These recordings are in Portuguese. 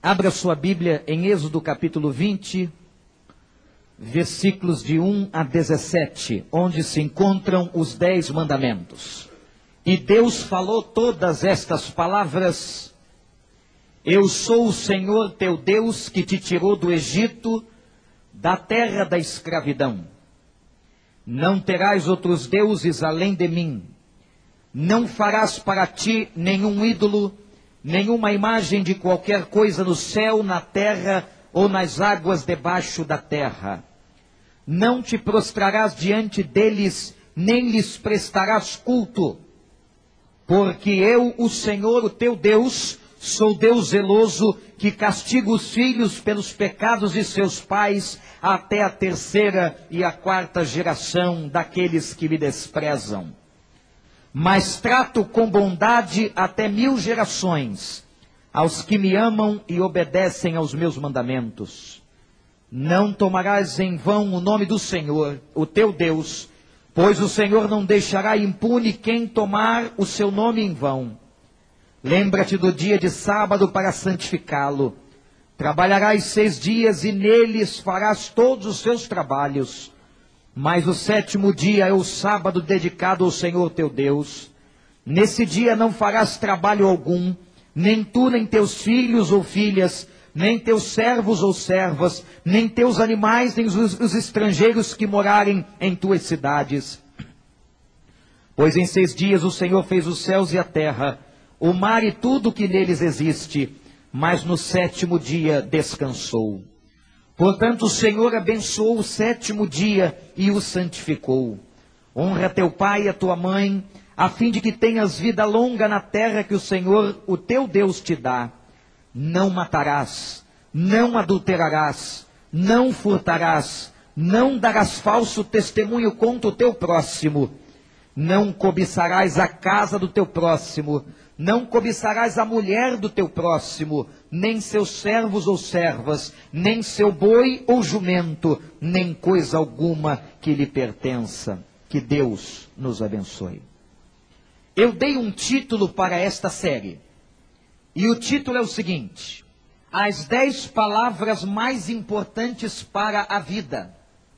Abra sua Bíblia em Êxodo capítulo 20, versículos de 1 a 17, onde se encontram os 10 mandamentos. E Deus falou todas estas palavras: Eu sou o Senhor teu Deus que te tirou do Egito, da terra da escravidão. Não terás outros deuses além de mim. Não farás para ti nenhum ídolo, nenhuma imagem de qualquer coisa no céu, na terra ou nas águas debaixo da terra. Não te prostrarás diante deles, nem lhes prestarás culto. Porque eu, o Senhor, o teu Deus, sou Deus zeloso, que castiga os filhos pelos pecados de seus pais, até a 3ª e a 4ª geração daqueles que me desprezam. Mas trato com bondade até 1000 gerações, aos que me amam e obedecem aos meus mandamentos. Não tomarás em vão o nome do Senhor, o teu Deus, pois o Senhor não deixará impune quem tomar o seu nome em vão. Lembra-te do dia de sábado para santificá-lo. Trabalharás 6 dias e neles farás todos os seus trabalhos. Mas o 7º dia é o sábado dedicado ao Senhor teu Deus. Nesse dia não farás trabalho algum, nem tu, nem teus filhos ou filhas, nem teus servos ou servas, nem teus animais, nem os estrangeiros que morarem em tuas cidades. Pois em 6 dias o Senhor fez os céus e a terra, o mar e tudo que neles existe, mas no 7º dia descansou. Portanto, o Senhor abençoou o 7º dia e o santificou. Honra teu pai e a tua mãe, a fim de que tenhas vida longa na terra que o Senhor, o teu Deus, te dá. Não matarás, não adulterarás, não furtarás, não darás falso testemunho contra o teu próximo. Não cobiçarás a casa do teu próximo, não cobiçarás a mulher do teu próximo, nem seus servos ou servas, nem seu boi ou jumento, nem coisa alguma que lhe pertença. Que Deus nos abençoe. Eu dei um título para esta série, e o título é o seguinte: As 10 palavras mais importantes para a vida.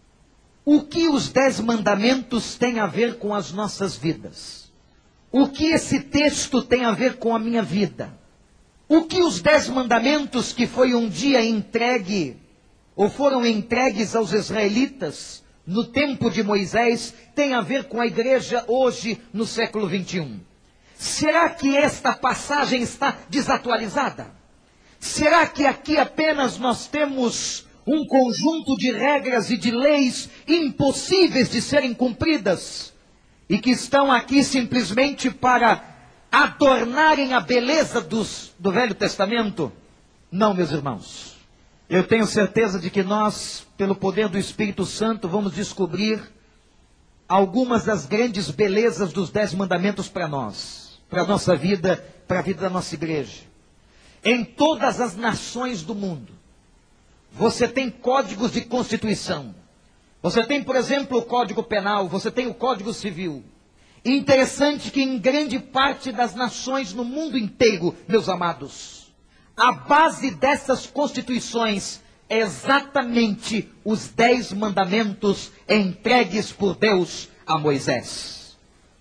O que os 10 mandamentos têm a ver com as nossas vidas? O que esse texto tem a ver com a minha vida? O que os 10 mandamentos que foi um dia entregue, ou foram entregues aos israelitas no tempo de Moisés, tem a ver com a igreja hoje no século 21? Será que esta passagem está desatualizada? Será que aqui apenas nós temos um conjunto de regras e de leis impossíveis de serem cumpridas, e que estão aqui simplesmente para adornarem a beleza do Velho Testamento? Não, meus irmãos. Eu tenho certeza de que nós, pelo poder do Espírito Santo, vamos descobrir algumas das grandes belezas dos 10 mandamentos para nós, para a nossa vida, para a vida da nossa igreja. Em todas as nações do mundo, você tem códigos de constituição. Você tem, por exemplo, o Código Penal, você tem o Código Civil. Interessante que em grande parte das nações no mundo inteiro, meus amados, a base dessas constituições é exatamente os 10 mandamentos entregues por Deus a Moisés.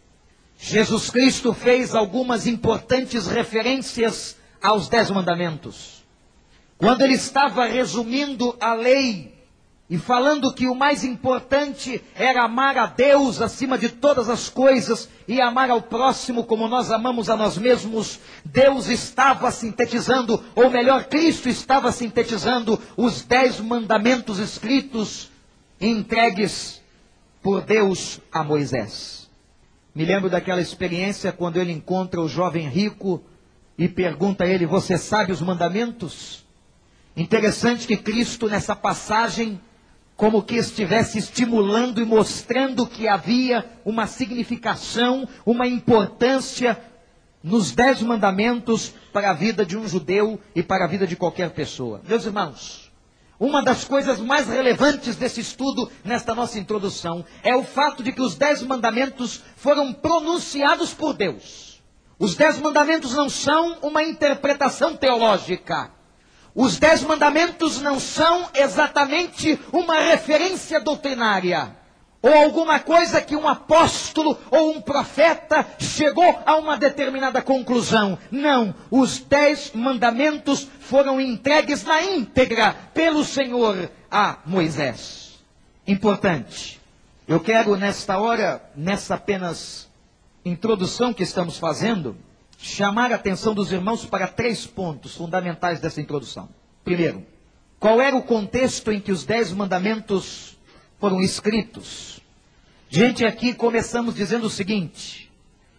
Jesus Cristo fez algumas importantes referências aos 10 mandamentos. Quando ele estava resumindo a lei e falando que o mais importante era amar a Deus acima de todas as coisas e amar ao próximo como nós amamos a nós mesmos, Deus estava sintetizando, ou melhor, Cristo estava sintetizando os 10 mandamentos escritos e entregues por Deus a Moisés. Me lembro daquela experiência quando ele encontra o jovem rico e pergunta a ele: você sabe os mandamentos? Interessante que Cristo, nessa passagem, como que estivesse estimulando e mostrando que havia uma significação, uma importância nos 10 mandamentos para a vida de um judeu e para a vida de qualquer pessoa. Meus irmãos, uma das coisas mais relevantes desse estudo, nesta nossa introdução, é o fato de que os 10 mandamentos foram pronunciados por Deus. Os 10 mandamentos não são uma interpretação teológica. Os 10 mandamentos não são exatamente uma referência doutrinária, ou alguma coisa que um apóstolo ou um profeta chegou a uma determinada conclusão. Não, os 10 mandamentos foram entregues na íntegra pelo Senhor a Moisés. Importante. Eu quero nesta hora, nessa apenas introdução que estamos fazendo, chamar a atenção dos irmãos para 3 pontos fundamentais dessa introdução. Primeiro, qual era o contexto em que os 10 mandamentos foram escritos? Gente, aqui começamos dizendo o seguinte: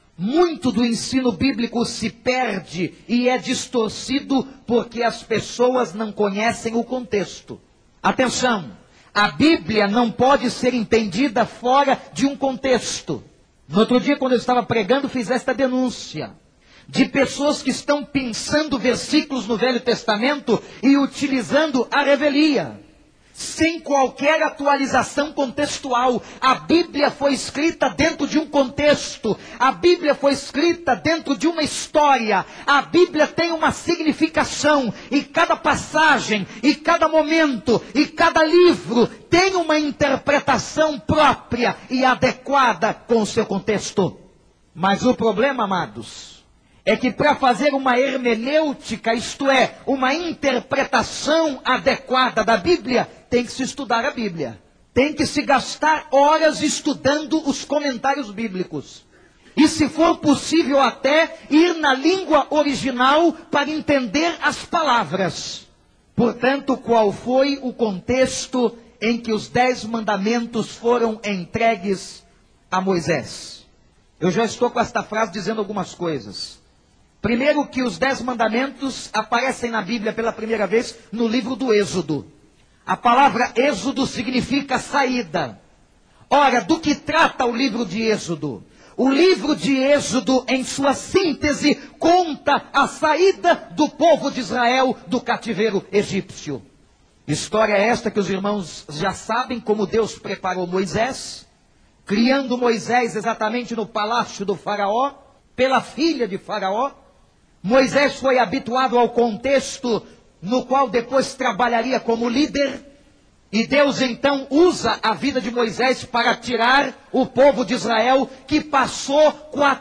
muito do ensino bíblico se perde e é distorcido porque as pessoas não conhecem o contexto. Atenção, a Bíblia não pode ser entendida fora de um contexto. No outro dia, quando eu estava pregando, fiz esta denúncia de pessoas que estão pensando versículos no Velho Testamento e utilizando a revelia, sem qualquer atualização contextual. A Bíblia foi escrita dentro de um contexto, a Bíblia foi escrita dentro de uma história, a Bíblia tem uma significação, e cada passagem, e cada momento, e cada livro tem uma interpretação própria e adequada com o seu contexto. Mas o problema, amados, é que para fazer uma hermenêutica, isto é, uma interpretação adequada da Bíblia, tem que se estudar a Bíblia. Tem que se gastar horas estudando os comentários bíblicos. E se for possível até ir na língua original para entender as palavras. Portanto, qual foi o contexto em que os 10 mandamentos foram entregues a Moisés? Eu já estou com esta frase dizendo algumas coisas. Primeiro, que os 10 mandamentos aparecem na Bíblia pela primeira vez no livro do Êxodo. A palavra Êxodo significa saída. Ora, do que trata o livro de Êxodo? O livro de Êxodo, em sua síntese, conta a saída do povo de Israel do cativeiro egípcio. História esta que os irmãos já sabem, como Deus preparou Moisés, criando Moisés exatamente no palácio do faraó, pela filha de faraó. Moisés foi habituado ao contexto no qual depois trabalharia como líder, e Deus então usa a vida de Moisés para tirar o povo de Israel, que passou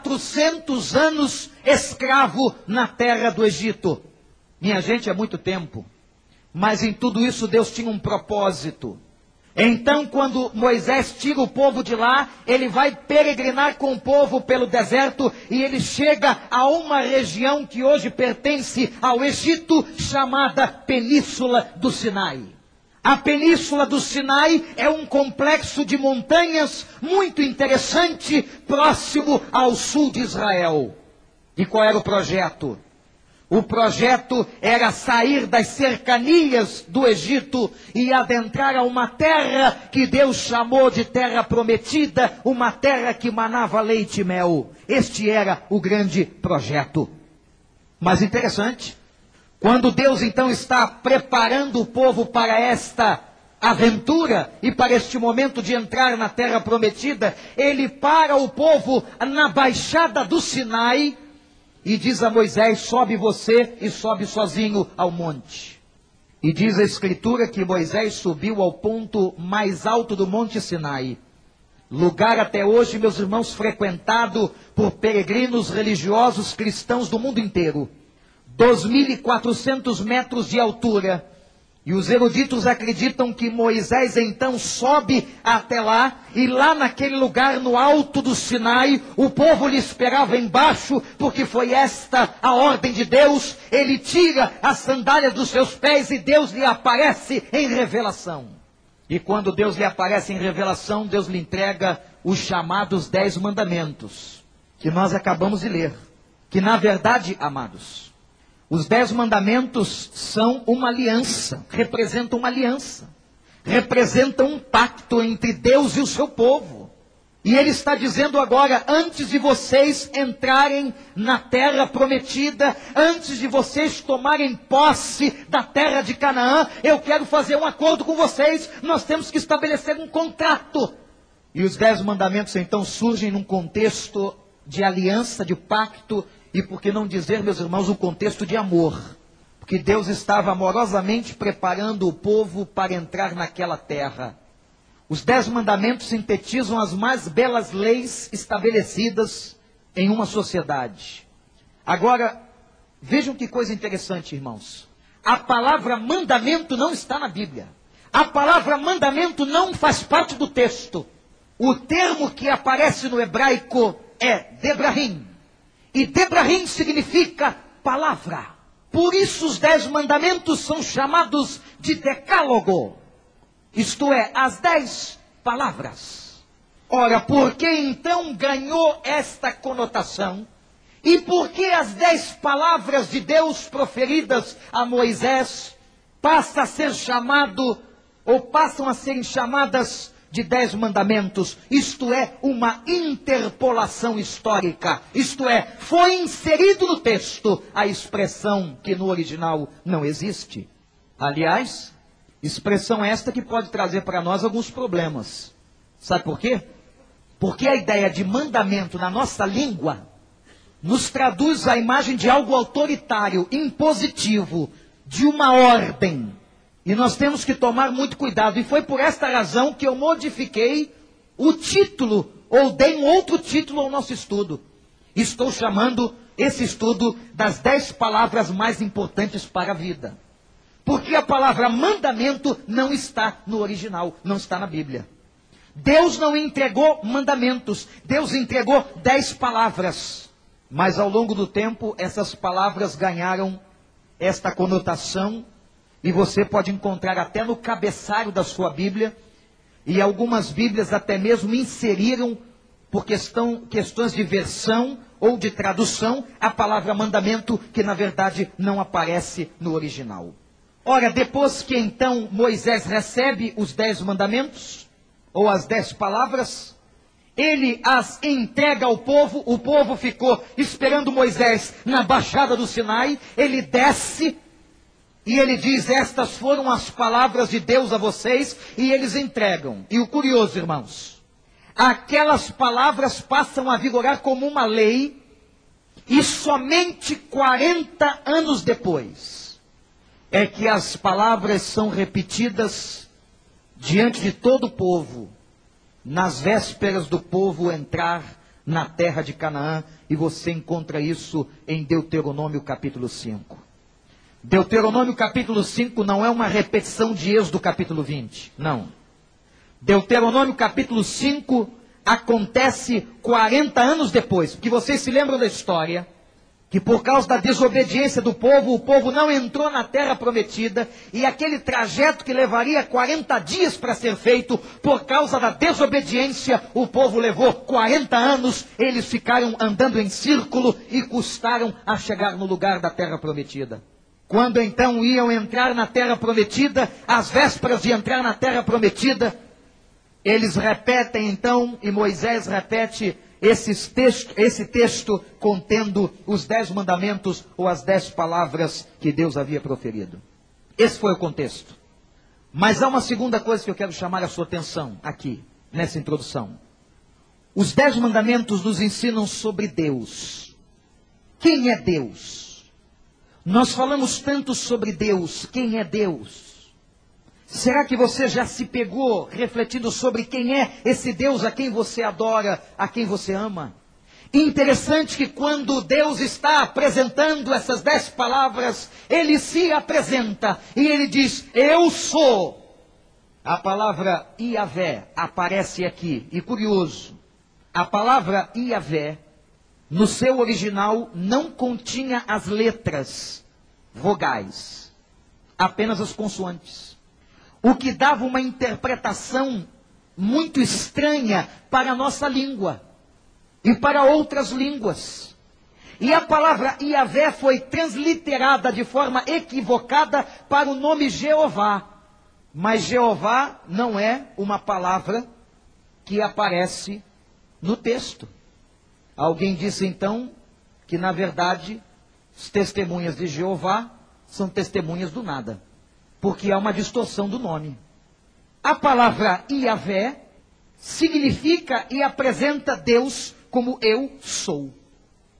400 anos escravo na terra do Egito. Minha gente, é muito tempo, mas em tudo isso Deus tinha um propósito. Então, quando Moisés tira o povo de lá, ele vai peregrinar com o povo pelo deserto, e ele chega a uma região que hoje pertence ao Egito, chamada Península do Sinai. A Península do Sinai é um complexo de montanhas muito interessante, próximo ao sul de Israel. E qual era o projeto? O projeto era sair das cercanias do Egito e adentrar a uma terra que Deus chamou de terra prometida, uma terra que manava leite e mel. Este era o grande projeto. Mas interessante, quando Deus então está preparando o povo para esta aventura e para este momento de entrar na terra prometida, ele para o povo na baixada do Sinai, e diz a Moisés: sobe você e sobe sozinho ao monte. E diz a Escritura que Moisés subiu ao ponto mais alto do Monte Sinai. Lugar até hoje, meus irmãos, frequentado por peregrinos religiosos cristãos do mundo inteiro. 2.400 metros de altura. E os eruditos acreditam que Moisés então sobe até lá, e lá naquele lugar no alto do Sinai, o povo lhe esperava embaixo, porque foi esta a ordem de Deus. Ele tira as sandálias dos seus pés e Deus lhe aparece em revelação. E quando Deus lhe aparece em revelação, Deus lhe entrega os chamados 10 mandamentos, que nós acabamos de ler. Que na verdade, amados, os 10 mandamentos são uma aliança, representam uma aliança, representam um pacto entre Deus e o seu povo. E ele está dizendo agora: antes de vocês entrarem na terra prometida, antes de vocês tomarem posse da terra de Canaã, eu quero fazer um acordo com vocês, nós temos que estabelecer um contrato. E os 10 mandamentos então surgem num contexto de aliança, de pacto, e por que não dizer, meus irmãos, um contexto de amor. que Deus estava amorosamente preparando o povo para entrar naquela terra. Os 10 mandamentos sintetizam as mais belas leis estabelecidas em uma sociedade. Agora, vejam que coisa interessante, irmãos. A palavra mandamento não está na Bíblia. A palavra mandamento não faz parte do texto. O termo que aparece no hebraico é Debrahim. E Debrahim significa palavra. Por isso os 10 mandamentos são chamados de decálogo. Isto é, as 10 palavras. Ora, por que então ganhou esta conotação? E por que as 10 palavras de Deus proferidas a Moisés passam a serem chamadas de 10 mandamentos? Isto é, uma interpolação histórica. Isto é, foi inserido no texto a expressão que no original não existe. Aliás, expressão esta que pode trazer para nós alguns problemas. Sabe por quê? Porque a ideia de mandamento na nossa língua nos traduz a imagem de algo autoritário, impositivo, de uma ordem. E nós temos que tomar muito cuidado. E foi por esta razão que eu modifiquei o título, ou dei um outro título ao nosso estudo. Estou chamando esse estudo das 10 palavras mais importantes para a vida. Porque a palavra mandamento não está no original, não está na Bíblia. Deus não entregou mandamentos, Deus entregou 10 palavras. Mas ao longo do tempo, essas palavras ganharam esta conotação, e você pode encontrar até no cabeçalho da sua Bíblia, e algumas Bíblias até mesmo inseriram, por questões de versão ou de tradução, a palavra mandamento, que na verdade não aparece no original. Ora, depois que então Moisés recebe os 10 mandamentos, ou as 10 palavras, ele as entrega ao povo. O povo ficou esperando Moisés na baixada do Sinai. Ele desce e ele diz: estas foram as palavras de Deus a vocês, e eles entregam. E o curioso, irmãos, aquelas palavras passam a vigorar como uma lei, e somente 40 anos depois é que as palavras são repetidas diante de todo o povo, nas vésperas do povo entrar na terra de Canaã. E você encontra isso em Deuteronômio capítulo 5. Deuteronômio capítulo 5 não é uma repetição de Êxodo capítulo 20, não. Deuteronômio capítulo 5 acontece 40 anos depois, porque vocês se lembram da história, que por causa da desobediência do povo, o povo não entrou na terra prometida, e aquele trajeto que levaria 40 dias para ser feito, por causa da desobediência, o povo levou 40 anos, eles ficaram andando em círculo e custaram a chegar no lugar da terra prometida. Quando então iam entrar na terra prometida, às vésperas de entrar na terra prometida, eles repetem então, e Moisés repete esse texto contendo os 10 mandamentos, ou as 10 palavras que Deus havia proferido. Esse foi o contexto. Mas há uma segunda coisa que eu quero chamar a sua atenção aqui, nessa introdução. Os 10 mandamentos nos ensinam sobre Deus. Quem é Deus? Nós falamos tanto sobre Deus. Quem é Deus? Será que você já se pegou refletindo sobre quem é esse Deus a quem você adora, a quem você ama? Interessante que quando Deus está apresentando essas 10 palavras, Ele se apresenta e Ele diz: eu sou. A palavra Iavé aparece aqui. E curioso, a palavra Iavé, no seu original, não continha as letras vogais, apenas as consoantes. O que dava uma interpretação muito estranha para a nossa língua e para outras línguas. E a palavra Iavé foi transliterada de forma equivocada para o nome Jeová. Mas Jeová não é uma palavra que aparece no texto. Alguém disse então que na verdade as testemunhas de Jeová são testemunhas do nada, porque há uma distorção do nome. A palavra Iavé significa e apresenta Deus como eu sou.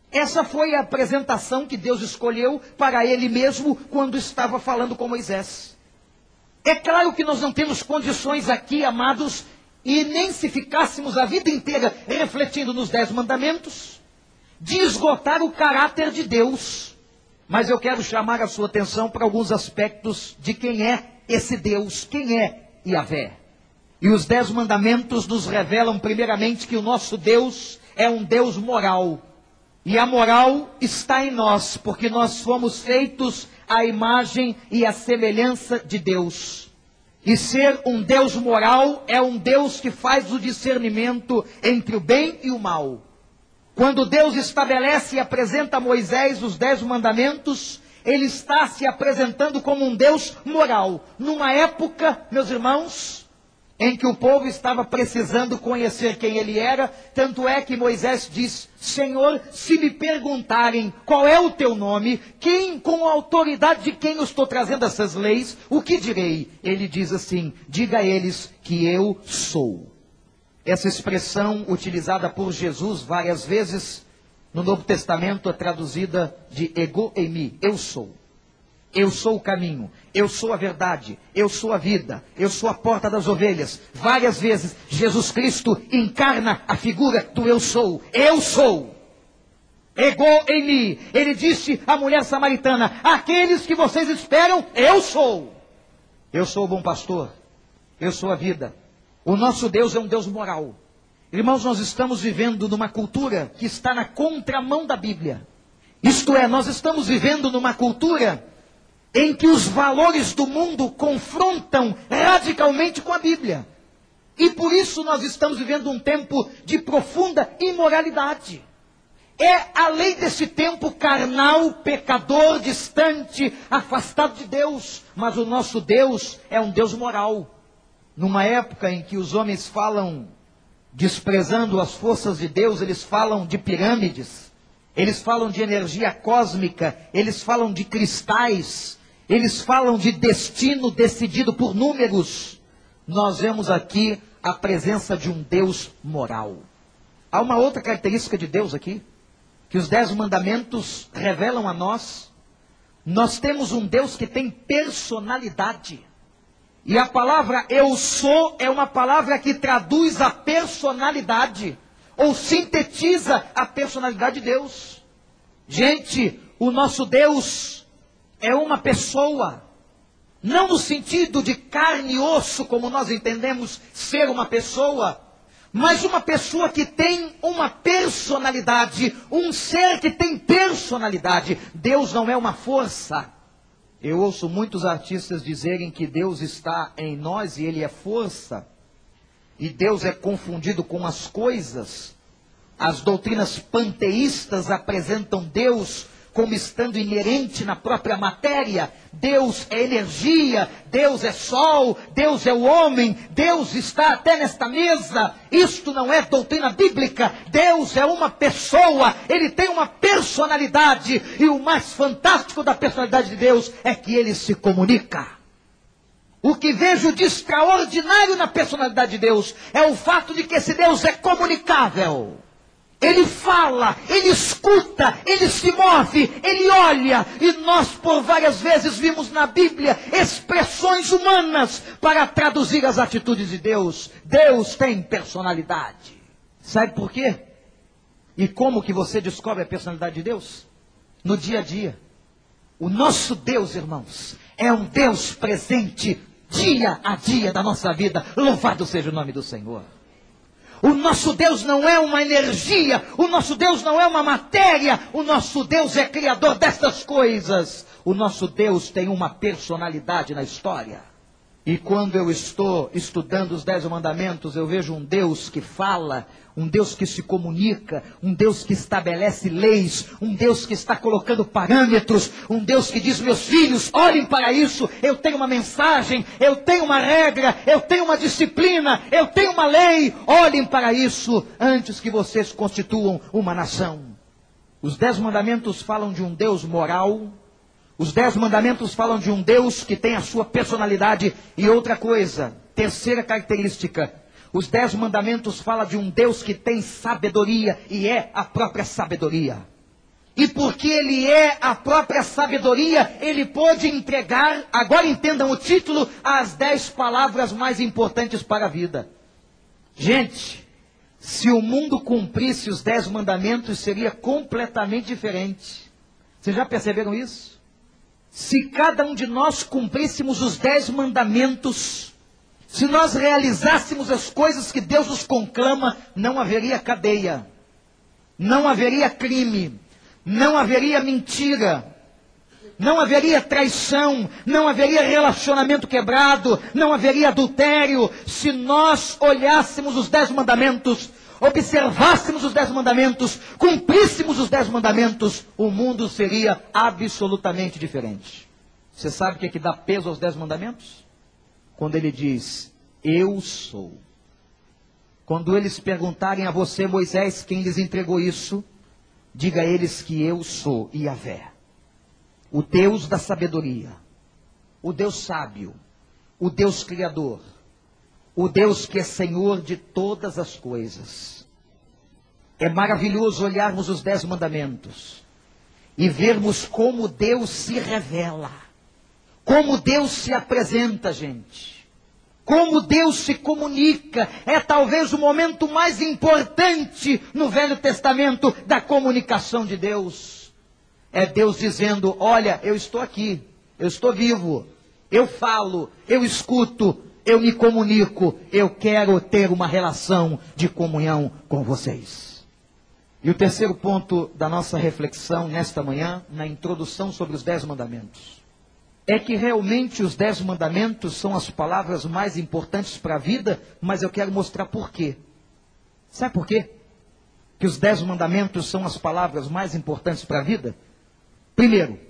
Essa foi a apresentação que Deus escolheu para Ele mesmo quando estava falando com Moisés. É claro que nós não temos condições aqui, amados, e nem se ficássemos a vida inteira refletindo nos 10 mandamentos, de esgotar o caráter de Deus. Mas eu quero chamar a sua atenção para alguns aspectos de quem é esse Deus, quem é Yahvé. E os 10 mandamentos nos revelam primeiramente que o nosso Deus é um Deus moral. E a moral está em nós, porque nós fomos feitos à imagem e à semelhança de Deus. E ser um Deus moral é um Deus que faz o discernimento entre o bem e o mal. Quando Deus estabelece e apresenta a Moisés os 10 mandamentos, Ele está se apresentando como um Deus moral. Numa época, meus irmãos, em que o povo estava precisando conhecer quem Ele era, tanto é que Moisés diz: Senhor, se me perguntarem qual é o teu nome, com a autoridade de quem eu estou trazendo essas leis, o que direi? Ele diz assim: diga a eles que eu sou. Essa expressão utilizada por Jesus várias vezes no Novo Testamento é traduzida de ego eimi, eu sou. Eu sou o caminho, eu sou a verdade, eu sou a vida, eu sou a porta das ovelhas. Várias vezes Jesus Cristo encarna a figura do eu sou. Eu sou. Ego eimi. Ele disse à mulher samaritana: aqueles que vocês esperam, eu sou. Eu sou o bom pastor, eu sou a vida. O nosso Deus é um Deus moral. Irmãos, nós estamos vivendo numa cultura que está na contramão da Bíblia. Isto é, nós estamos vivendo numa cultura em que os valores do mundo confrontam radicalmente com a Bíblia. E por isso nós estamos vivendo um tempo de profunda imoralidade. É a lei desse tempo carnal, pecador, distante, afastado de Deus. Mas o nosso Deus é um Deus moral. Numa época em que os homens falam, desprezando as forças de Deus, eles falam de pirâmides, eles falam de energia cósmica, eles falam de cristais, eles falam de destino decidido por números. Nós vemos aqui a presença de um Deus moral. Há uma outra característica de Deus aqui, que os 10 mandamentos revelam a nós. Nós temos um Deus que tem personalidade. E a palavra eu sou é uma palavra que traduz a personalidade, ou sintetiza a personalidade de Deus. Gente, o nosso Deus é uma pessoa, não no sentido de carne e osso, como nós entendemos ser uma pessoa, mas uma pessoa que tem uma personalidade, um ser que tem personalidade. Deus não é uma força. Eu ouço muitos artistas dizerem que Deus está em nós e Ele é força, e Deus é confundido com as coisas. As doutrinas panteístas apresentam Deus como estando inerente na própria matéria. Deus é energia, Deus é sol, Deus é o homem, Deus está até nesta mesa. Isto não é doutrina bíblica. Deus é uma pessoa, Ele tem uma personalidade, e o mais fantástico da personalidade de Deus é que Ele se comunica. O que vejo de extraordinário na personalidade de Deus é o fato de que esse Deus é comunicável. Ele fala, Ele escuta, Ele se move, Ele olha. E nós por várias vezes vimos na Bíblia expressões humanas para traduzir as atitudes de Deus. Deus tem personalidade. Sabe por quê? E como que você descobre a personalidade de Deus? No dia a dia. O nosso Deus, irmãos, é um Deus presente dia a dia da nossa vida. Louvado seja o nome do Senhor. O nosso Deus não é uma energia, o nosso Deus não é uma matéria, o nosso Deus é criador destas coisas. O nosso Deus tem uma personalidade na história. E quando eu estou estudando os 10 mandamentos, eu vejo um Deus que fala, um Deus que se comunica, um Deus que estabelece leis, um Deus que está colocando parâmetros, um Deus que diz: meus filhos, olhem para isso, eu tenho uma mensagem, eu tenho uma regra, eu tenho uma disciplina, eu tenho uma lei, olhem para isso antes que vocês constituam uma nação. Os 10 mandamentos falam de um Deus moral. Os 10 mandamentos falam de um Deus que tem a sua personalidade. E outra coisa, terceira característica, os 10 mandamentos falam de um Deus que tem sabedoria e é a própria sabedoria. e porque Ele é a própria sabedoria, Ele pôde entregar, agora entendam o título, as 10 palavras mais importantes para a vida. Gente, se o mundo cumprisse os 10 mandamentos, seria completamente diferente. Vocês já perceberam isso? Se cada um de nós cumpríssemos os 10 mandamentos, se nós realizássemos as coisas que Deus nos conclama, não haveria cadeia, não haveria crime, não haveria mentira, não haveria traição, não haveria relacionamento quebrado, não haveria adultério. Se nós olhássemos os 10 mandamentos, observássemos os 10 mandamentos, cumpríssemos os 10 mandamentos, o mundo seria absolutamente diferente. Você sabe o que é que dá peso aos 10 mandamentos? Quando ele diz, eu sou. Quando eles perguntarem a você, Moisés, quem lhes entregou isso, diga a eles que eu sou Yahvé, o Deus da sabedoria, o Deus sábio, o Deus criador, o Deus que é Senhor de todas as coisas. É maravilhoso olharmos os 10 mandamentos e vermos como Deus se revela, como Deus se apresenta, gente. Como Deus se comunica. É talvez o momento mais importante no Velho Testamento da comunicação de Deus. É Deus dizendo, olha, eu estou aqui, eu estou vivo, eu falo, eu escuto, eu me comunico, eu quero ter uma relação de comunhão com vocês. E o terceiro ponto da nossa reflexão nesta manhã, na introdução sobre os 10 mandamentos, é que realmente os 10 mandamentos são as palavras mais importantes para a vida, mas eu quero mostrar por quê. Sabe por quê? Que os 10 mandamentos são as palavras mais importantes para a vida? Primeiro,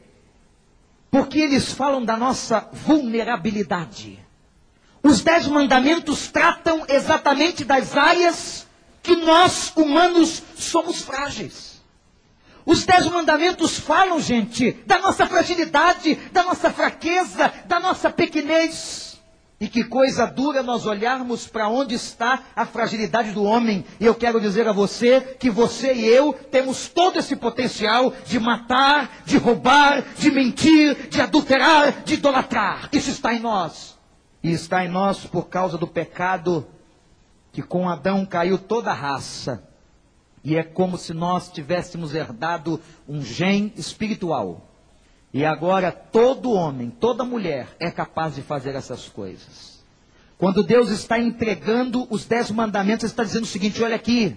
porque eles falam da nossa vulnerabilidade. Os 10 mandamentos tratam exatamente das áreas que nós, humanos, somos frágeis. Os 10 mandamentos falam, gente, da nossa fragilidade, da nossa fraqueza, da nossa pequenez. E que coisa dura nós olharmos para onde está a fragilidade do homem. E eu quero dizer a você que você e eu temos todo esse potencial de matar, de roubar, de mentir, de adulterar, de idolatrar. Isso está em nós. E está em nós por causa do pecado que com Adão caiu toda a raça. E é como se nós tivéssemos herdado um gene espiritual. E agora todo homem, toda mulher é capaz de fazer essas coisas. Quando Deus está entregando os 10 mandamentos, Ele está dizendo o seguinte, olha aqui.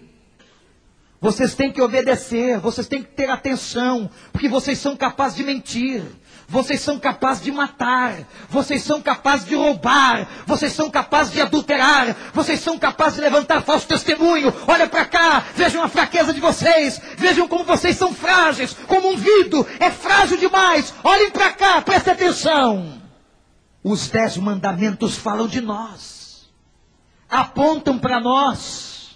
Vocês têm que obedecer, vocês têm que ter atenção, porque vocês são capazes de mentir. Vocês são capazes de matar, vocês são capazes de roubar, vocês são capazes de adulterar, vocês são capazes de levantar falso testemunho. Olha para cá, vejam a fraqueza de vocês, vejam como vocês são frágeis, como um vidro, é frágil demais. Olhem para cá, prestem atenção. Os 10 mandamentos falam de nós, apontam para nós,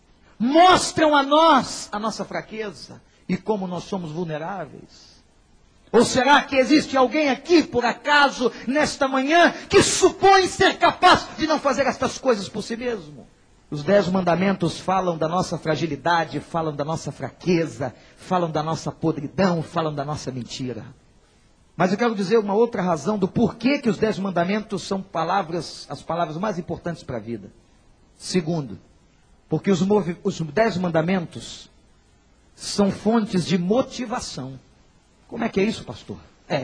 mostram a nós a nossa fraqueza e como nós somos vulneráveis. Ou será que existe alguém aqui, por acaso, nesta manhã, que supõe ser capaz de não fazer estas coisas por si mesmo? Os 10 mandamentos falam da nossa fragilidade, falam da nossa fraqueza, falam da nossa podridão, falam da nossa mentira. Mas eu quero dizer uma outra razão do porquê que os 10 mandamentos são as palavras mais importantes para a vida. Segundo, porque os 10 mandamentos são fontes de motivação. Como é que é isso, pastor?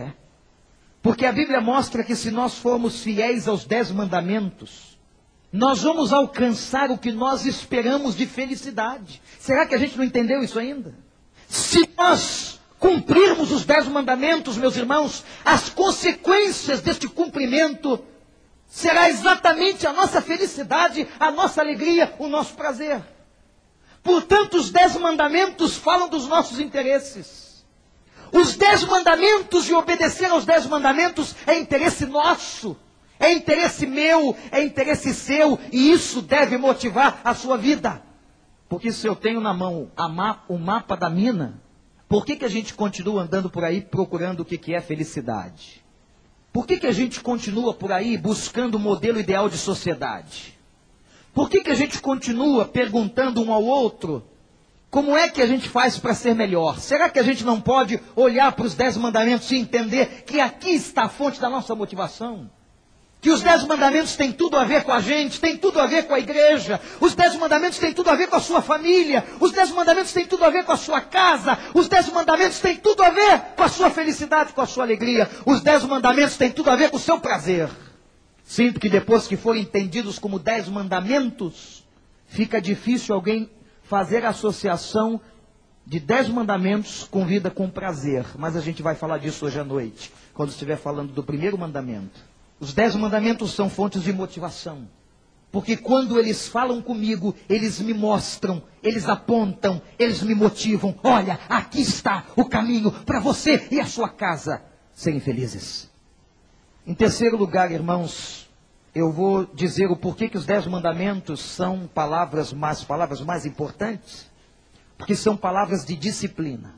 Porque a Bíblia mostra que se nós formos fiéis aos 10 mandamentos, nós vamos alcançar o que nós esperamos de felicidade. Será que a gente não entendeu isso ainda? Se nós cumprirmos os 10 mandamentos, meus irmãos, as consequências deste cumprimento será exatamente a nossa felicidade, a nossa alegria, o nosso prazer. Portanto, os 10 mandamentos falam dos nossos interesses. Os 10 mandamentos e obedecer aos 10 mandamentos é interesse nosso, é interesse meu, é interesse seu, e isso deve motivar a sua vida. Porque se eu tenho na mão o mapa da mina, por que a gente continua andando por aí procurando o que é felicidade? Por que a gente continua por aí buscando o modelo ideal de sociedade? Por que a gente continua perguntando um ao outro Como é que a gente faz para ser melhor? Será que a gente não pode olhar para os 10 mandamentos e entender que aqui está a fonte da nossa motivação? Que os 10 mandamentos têm tudo a ver com a gente, têm tudo a ver com a igreja. Os 10 mandamentos têm tudo a ver com a sua família. Os 10 mandamentos têm tudo a ver com a sua casa. Os 10 mandamentos têm tudo a ver com a sua felicidade, com a sua alegria. Os 10 mandamentos têm tudo a ver com o seu prazer. Sinto que depois que forem entendidos como 10 mandamentos, fica difícil alguém fazer a associação de 10 mandamentos com vida com prazer. Mas a gente vai falar disso hoje à noite, quando estiver falando do primeiro mandamento. Os 10 mandamentos são fontes de motivação. Porque quando eles falam comigo, eles me mostram, eles apontam, eles me motivam. Olha, aqui está o caminho para você e a sua casa serem felizes. Em terceiro lugar, irmãos, eu vou dizer o porquê que os 10 mandamentos são palavras mais importantes. Porque são palavras de disciplina.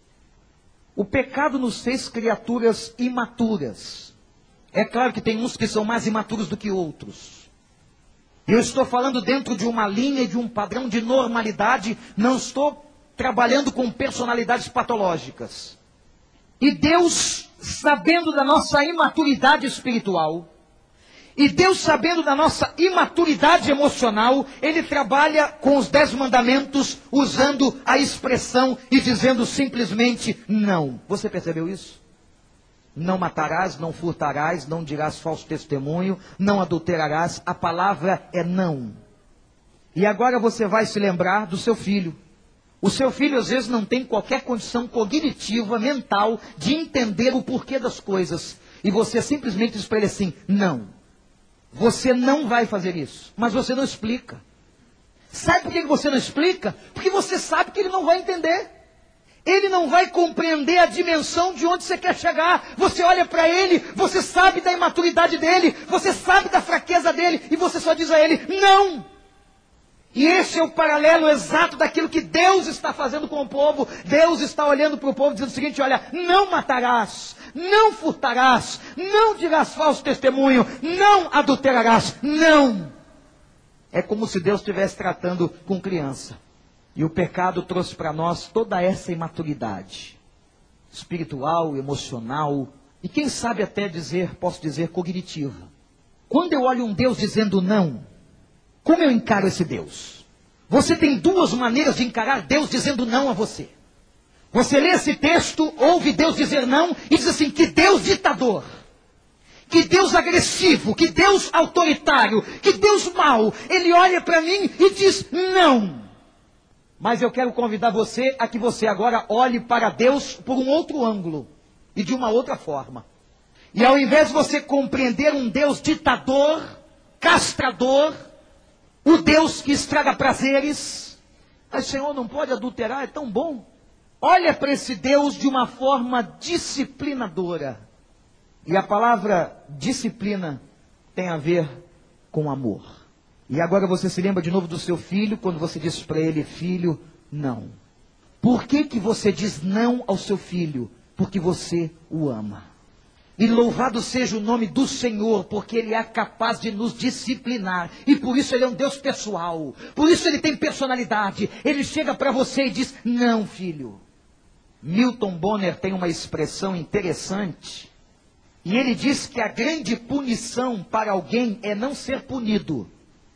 O pecado nos fez criaturas imaturas. É claro que tem uns que são mais imaturos do que outros. Eu estou falando dentro de uma linha e de um padrão de normalidade, não estou trabalhando com personalidades patológicas. E Deus, sabendo da nossa imaturidade espiritual, e Deus sabendo da nossa imaturidade emocional, Ele trabalha com os 10 mandamentos, usando a expressão e dizendo simplesmente não. Você percebeu isso? Não matarás, não furtarás, não dirás falso testemunho, não adulterarás. A palavra é não. E agora você vai se lembrar do seu filho. O seu filho às vezes não tem qualquer condição cognitiva, mental, de entender o porquê das coisas. E você simplesmente diz para ele assim, não. Você não vai fazer isso. Mas você não explica. Sabe por que você não explica? Porque você sabe que ele não vai entender. Ele não vai compreender a dimensão de onde você quer chegar. Você olha para ele, você sabe da imaturidade dele, você sabe da fraqueza dele, e você só diz a ele, não! E esse é o paralelo exato daquilo que Deus está fazendo com o povo. Deus está olhando para o povo dizendo o seguinte, olha, não matarás, não furtarás, não dirás falso testemunho, não adulterarás, não! É como se Deus estivesse tratando com criança. E o pecado trouxe para nós toda essa imaturidade espiritual, emocional e quem sabe até posso dizer, cognitiva. Quando eu olho um Deus dizendo não, como eu encaro esse Deus? Você tem 2 maneiras de encarar Deus dizendo não a você. Você lê esse texto, ouve Deus dizer não e diz assim, que Deus ditador, que Deus agressivo, que Deus autoritário, que Deus mau. Ele olha para mim e diz não. Mas eu quero convidar você a que você agora olhe para Deus por um outro ângulo e de uma outra forma. E ao invés de você compreender um Deus ditador, castrador, o Deus que estraga prazeres, mas Senhor, não pode adulterar, é tão bom. Olha para esse Deus de uma forma disciplinadora. E a palavra disciplina tem a ver com amor. E agora você se lembra de novo do seu filho, quando você diz para ele, filho, não. Por que você diz não ao seu filho? Porque você o ama. E louvado seja o nome do Senhor, porque Ele é capaz de nos disciplinar. E por isso Ele é um Deus pessoal. Por isso Ele tem personalidade. Ele chega para você e diz, não, filho. Milton Bonner tem uma expressão interessante. E ele diz que a grande punição para alguém é não ser punido.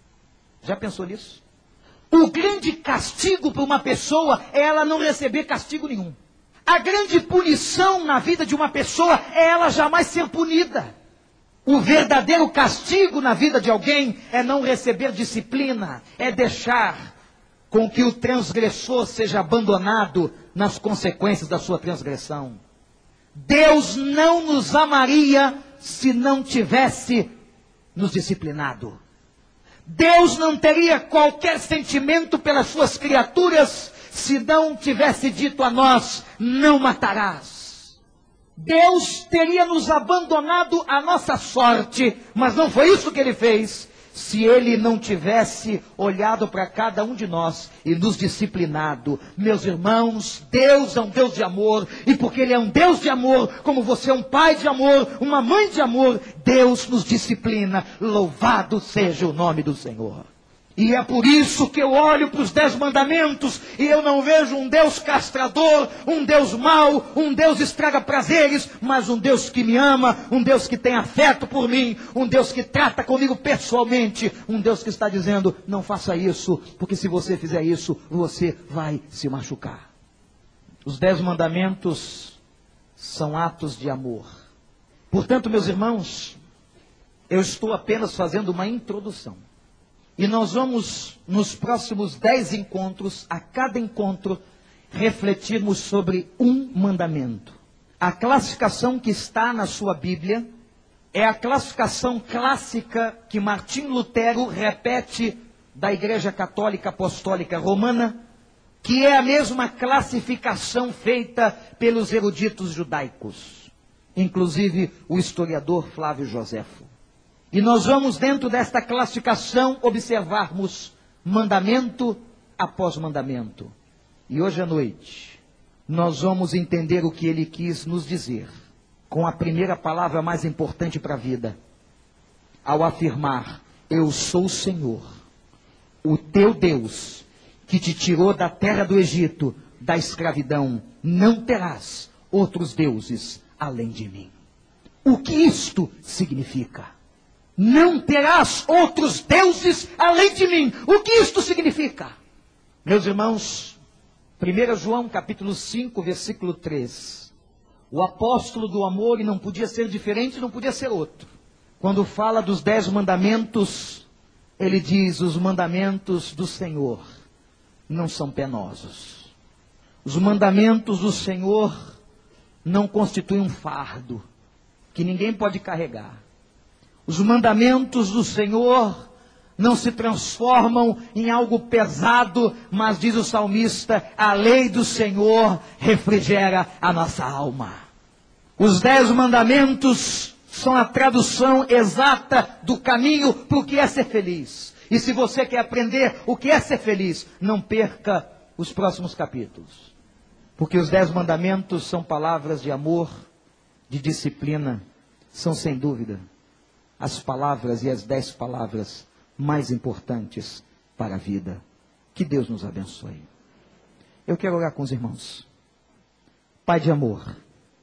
Já pensou nisso? O grande castigo para uma pessoa é ela não receber castigo nenhum. A grande punição na vida de uma pessoa é ela jamais ser punida. O verdadeiro castigo na vida de alguém é não receber disciplina, é deixar com que o transgressor seja abandonado nas consequências da sua transgressão. Deus não nos amaria se não tivesse nos disciplinado. Deus não teria qualquer sentimento pelas suas criaturas se não tivesse dito a nós, não matarás. Deus teria nos abandonado à nossa sorte, mas não foi isso que Ele fez, se Ele não tivesse olhado para cada um de nós e nos disciplinado. Meus irmãos, Deus é um Deus de amor, e porque Ele é um Deus de amor, como você é um pai de amor, uma mãe de amor, Deus nos disciplina. Louvado seja o nome do Senhor. E é por isso que eu olho para os 10 mandamentos e eu não vejo um Deus castrador, um Deus mau, um Deus estraga prazeres, mas um Deus que me ama, um Deus que tem afeto por mim, um Deus que trata comigo pessoalmente, um Deus que está dizendo, não faça isso, porque se você fizer isso, você vai se machucar. Os 10 mandamentos são atos de amor. Portanto, meus irmãos, eu estou apenas fazendo uma introdução. E nós vamos, nos próximos 10 encontros, a cada encontro, refletirmos sobre um mandamento. A classificação que está na sua Bíblia é a classificação clássica que Martim Lutero repete da Igreja Católica Apostólica Romana, que é a mesma classificação feita pelos eruditos judaicos, inclusive o historiador Flávio Joséfo. E nós vamos, dentro desta classificação, observarmos mandamento após mandamento. E hoje à noite, nós vamos entender o que ele quis nos dizer, com a primeira palavra mais importante para a vida, ao afirmar, eu sou o Senhor, o teu Deus, que te tirou da terra do Egito, da escravidão, não terás outros deuses além de mim. O que isto significa? Não terás outros deuses além de mim. O que isto significa? Meus irmãos, 1 João capítulo 5, versículo 3. O apóstolo do amor, e não podia ser diferente, não podia ser outro. Quando fala dos 10 mandamentos, ele diz, os mandamentos do Senhor não são penosos. Os mandamentos do Senhor não constituem um fardo que ninguém pode carregar. Os mandamentos do Senhor não se transformam em algo pesado, mas diz o salmista, a lei do Senhor refrigera a nossa alma. Os 10 mandamentos são a tradução exata do caminho para o que é ser feliz. E se você quer aprender o que é ser feliz, não perca os próximos capítulos. Porque os 10 mandamentos são palavras de amor, de disciplina, são sem dúvida as palavras e as 10 palavras mais importantes para a vida. Que Deus nos abençoe. Eu quero orar com os irmãos. Pai de amor,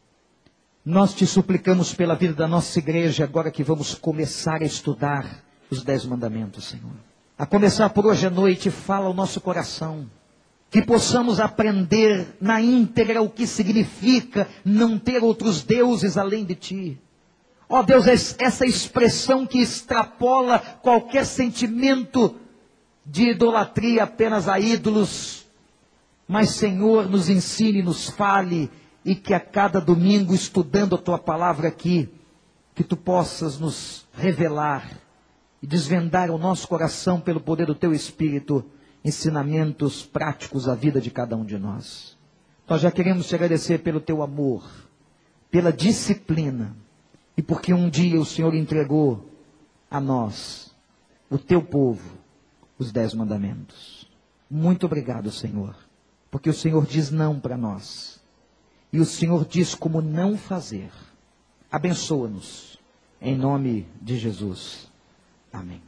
nós te suplicamos pela vida da nossa igreja, agora que vamos começar a estudar os 10 mandamentos, Senhor. A começar por hoje à noite, fala ao nosso coração, que possamos aprender na íntegra o que significa não ter outros deuses além de Ti. Ó Deus, essa expressão que extrapola qualquer sentimento de idolatria apenas a ídolos. Mas, Senhor, nos ensine, nos fale, e que a cada domingo, estudando a Tua palavra aqui, que Tu possas nos revelar e desvendar o nosso coração pelo poder do Teu Espírito, ensinamentos práticos à vida de cada um de nós. Nós já queremos te agradecer pelo Teu amor, pela disciplina, e porque um dia o Senhor entregou a nós, o Teu povo, os 10 mandamentos. Muito obrigado, Senhor, porque o Senhor diz não para nós. E o Senhor diz como não fazer. Abençoa-nos, em nome de Jesus. Amém.